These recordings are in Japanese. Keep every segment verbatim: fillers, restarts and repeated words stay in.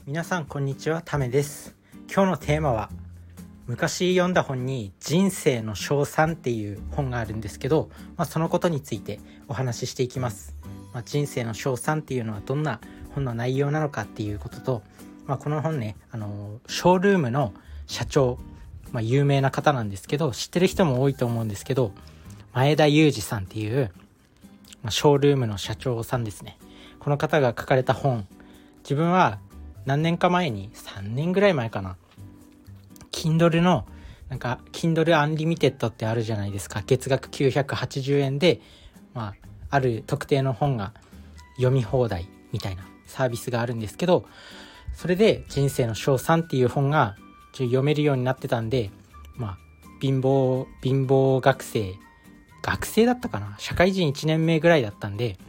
皆さんこんにちは、ためです。今日のテーマは昔読んだ本に人生の称賛っていう本があるんですけど、まあ、そのことについてお話ししていきます。まあ、人生の称賛っていうのはどんな本の内容なのかっていうことと、まあ、この本ね、あのショールームの社長、まあ、有名な方なんですけど、知ってる人も多いと思うんですけど、前田裕二さんっていう、まあ、ショールームの社長さんですね。この方が書かれた本、自分は何年か前にさんねんぐらい前かな Kindle のなんか Kindle Unlimited ってあるじゃないですか。月額きゅうひゃくはちじゅうえんで、まあ、ある特定の本が読み放題みたいなサービスがあるんですけど、それで人生の称賛っていう本が読めるようになってたんで、まあ貧乏貧乏学生学生だったかな、社会人いちねんめぐらいだったんで、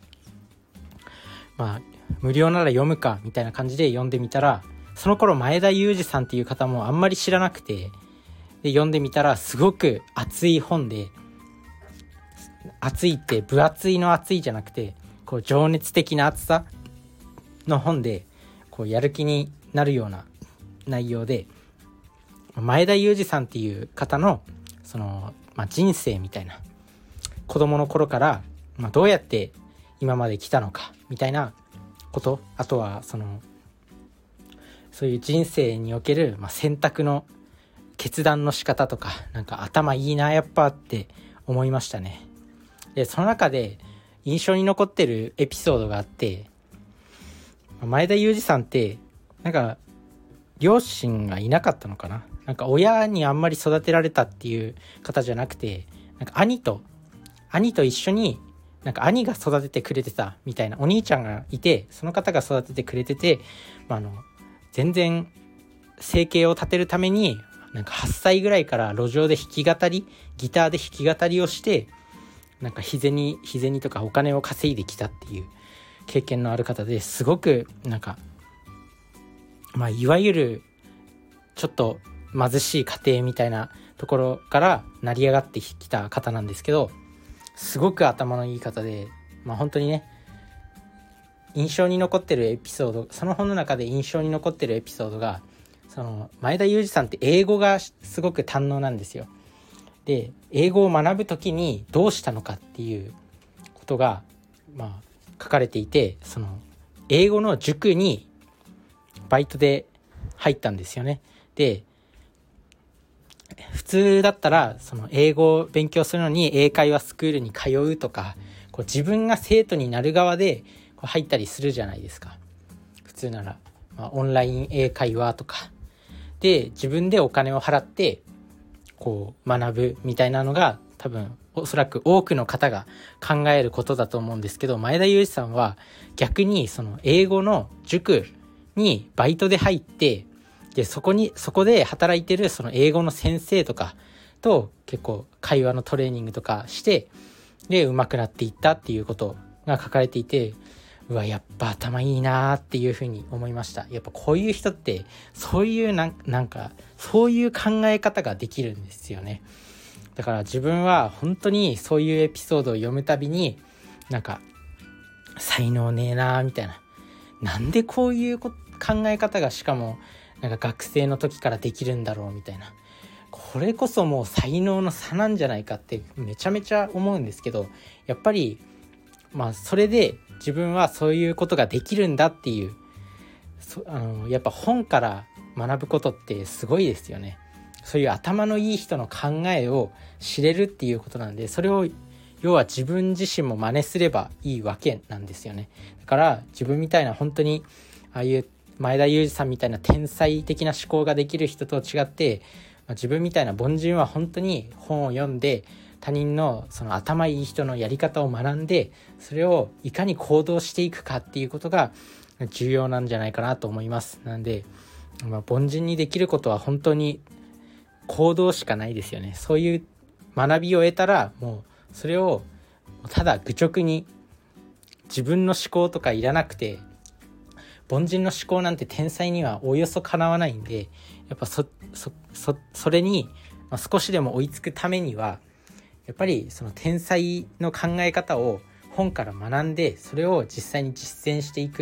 まあ無料なら読むかみたいな感じで読んでみたら、その頃前田裕二さんっていう方もあんまり知らなくて、で読んでみたらすごく熱い本で、熱いって分厚いの熱いじゃなくて、こう情熱的な熱さの本で、こうやる気になるような内容で、前田裕二さんっていう方のその、まあ、人生みたいな、子供の頃から、まあ、どうやって今まで来たのかみたいなこと、あとはそのそういう人生における、まあ、選択の決断の仕方とか、なんか頭いいなやっぱって思いましたね。でその中で印象に残ってるエピソードがあって、前田裕二さんってなんか両親がいなかったのかな、なんか親にあんまり育てられたっていう方じゃなくて、なんか兄と兄と一緒に、なんか兄が育ててくれてたみたいな、お兄ちゃんがいて、その方が育ててくれてて、まあ、あの全然生計を立てるために、なんかはっさいぐらいから路上で弾き語り、ギターで弾き語りをして、なんか日銭日銭とかお金を稼いできたっていう経験のある方で、すごくなんか、まあいわゆるちょっと貧しい家庭みたいなところから成り上がってきた方なんですけど、すごく頭のいい方で、まあ本当にね、印象に残ってるエピソード、その本の中で印象に残ってるエピソードが、その前田裕二さんって英語がすごく堪能なんですよ。で英語を学ぶときにどうしたのかっていうことが、まあ、書かれていて、その英語の塾にバイトで入ったんですよね。で普通だったらその英語を勉強するのに英会話スクールに通うとか、こう自分が生徒になる側でこう入ったりするじゃないですか。普通なら、まあ、オンライン英会話とかで自分でお金を払ってこう学ぶみたいなのが、多分おそらく多くの方が考えることだと思うんですけど、前田裕二さんは逆にその英語の塾にバイトで入って、でそこにそこで働いてるその英語の先生とかと結構会話のトレーニングとかして、で上手くなっていったっていうことが書かれていて、うわやっぱ頭いいなっていうふうに思いました。やっぱこういう人ってそういうなんなんかそういう考え方ができるんですよね。だから自分は本当にそういうエピソードを読むたびに、なんか才能ねえなみたいな、なんでこういう考え方がしかもなんか学生の時からできるんだろうみたいな、これこそもう才能の差なんじゃないかってめちゃめちゃ思うんですけど、やっぱりまあそれで自分はそういうことができるんだっていう、そあのやっぱ本から学ぶことってすごいですよね。そういう頭のいい人の考えを知れるっていうことなんで、それを要は自分自身も真似すればいいわけなんですよね。だから自分みたいな本当にああいう前田裕二さんみたいな天才的な思考ができる人と違って、まあ、自分みたいな凡人は本当に本を読んで、他人のその頭いい人のやり方を学んで、それをいかに行動していくかっていうことが重要なんじゃないかなと思います。なんで、まあ、凡人にできることは本当に行動しかないですよね。そういう学びを得たら、もうそれをただ愚直に自分の思考とかいらなくて、凡人の思考なんて天才にはおおよそかなわないんで、やっぱそそそそれに少しでも追いつくためには、やっぱりその天才の考え方を本から学んで、それを実際に実践していく。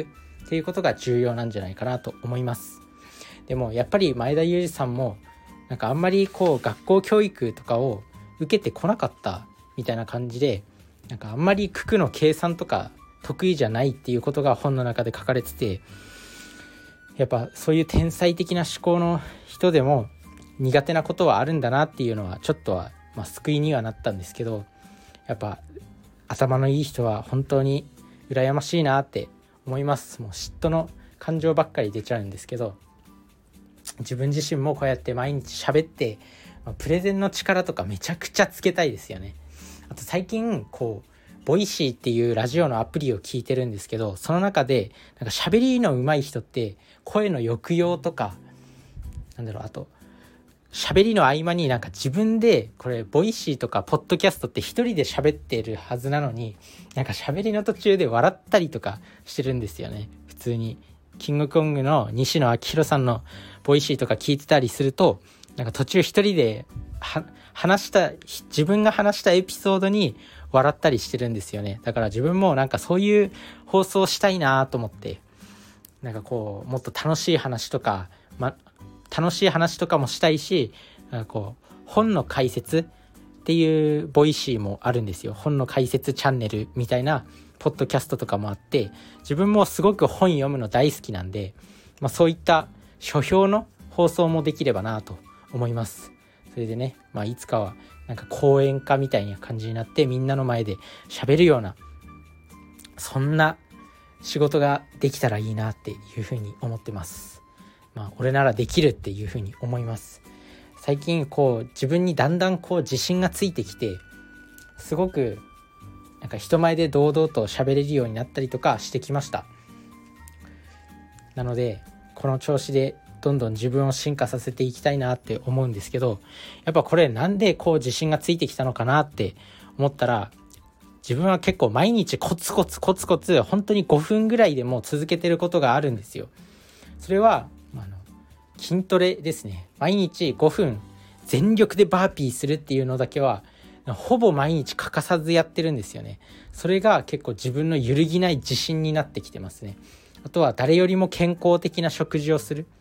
っていうことが重要なんじゃないかなと思います。でもやっぱり前田裕二さんもなんかあんまりこう学校教育とかを受けてこなかったみたいな感じで、なんかあんまり九九の計算とか得意じゃないっていうことが本の中で書かれてて、やっぱそういう天才的な思考の人でも苦手なことはあるんだなっていうのはちょっとは、まあ、救いにはなったんですけど、やっぱ頭のいい人は本当に羨ましいなって思います。もう嫉妬の感情ばっかり出ちゃうんですけど、自分自身もこうやって毎日喋って、まあ、プレゼンの力とかめちゃくちゃつけたいですよね。あと最近こうボイシーっていうラジオのアプリを聞いてるんですけど、その中でなんか喋りの上手い人って声の抑揚とかなんだろう、あと喋りの合間になんか自分でこれボイシーとかポッドキャストって一人で喋ってるはずなのに、なんか喋りの途中で笑ったりとかしてるんですよね。普通にキングコングの西野昭弘さんのボイシーとか聞いてたりすると、なんか途中一人では話した自分が話したエピソードに笑ったりしてるんですよね。だから自分もなんかそういう放送したいなと思って、なんかこうもっと楽しい話とか、ま、楽しい話とかもしたいし、なんかこう本の解説っていうボイシーもあるんですよ。本の解説チャンネルみたいなポッドキャストとかもあって、自分もすごく本読むの大好きなんで、まあ、そういった書評の放送もできればなと思います。それでね、まあ、いつかはなんか講演家みたいな感じになってみんなの前で喋るような、そんな仕事ができたらいいなっていうふうに思ってます。まあ俺ならできるっていうふうに思います。最近こう自分にだんだんこう自信がついてきて、すごくなんか人前で堂々と喋れるようになったりとかしてきました。なのでこの調子でどんどん自分を進化させていきたいなって思うんですけど、やっぱこれなんでこう自信がついてきたのかなって思ったら、自分は結構毎日コツコツコツコツ本当にごふんぐらいでも続けてることがあるんですよ。それはあの筋トレですね。毎日ごふん全力でバーピーするっていうのだけはほぼ毎日欠かさずやってるんですよね。それが結構自分の揺るぎない自信になってきてますね。あとは誰よりも健康的な食事をする。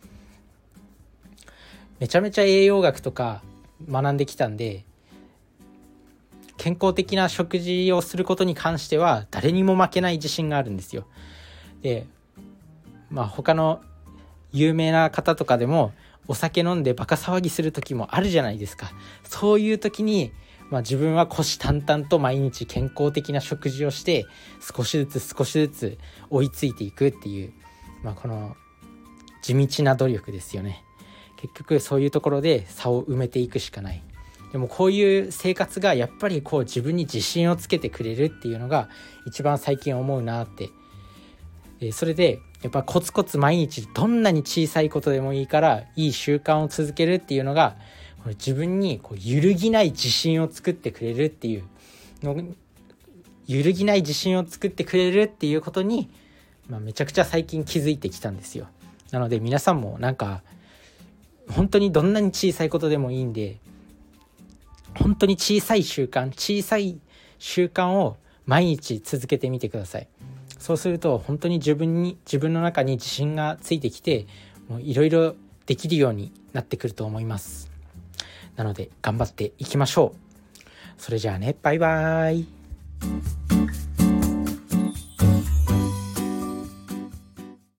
めちゃめちゃ栄養学とか学んできたんで、健康的な食事をすることに関しては誰にも負けない自信があるんですよ。で、まあ他の有名な方とかでもお酒飲んでバカ騒ぎする時もあるじゃないですか。そういう時に、まあ、自分は虎視眈々と毎日健康的な食事をして少しずつ少しずつ追いついていくっていう、まあ、この地道な努力ですよね。結局そういうところで差を埋めていくしかない。でもこういう生活がやっぱりこう自分に自信をつけてくれるっていうのが一番最近思うなって。それでやっぱコツコツ毎日どんなに小さいことでもいいからいい習慣を続けるっていうのがこれ自分にこう揺るぎない自信を作ってくれるっていうの、揺るぎない自信を作ってくれるっていうことに、まあ、めちゃくちゃ最近気づいてきたんですよ。なので皆さんもなんか本当にどんなに小さいことでもいいんで、本当に小さい習慣小さい習慣を毎日続けてみてください。そうすると本当に自分に自分の中に自信がついてきて、もういろいろできるようになってくると思います。なので頑張っていきましょう。それじゃあね、バイバイ。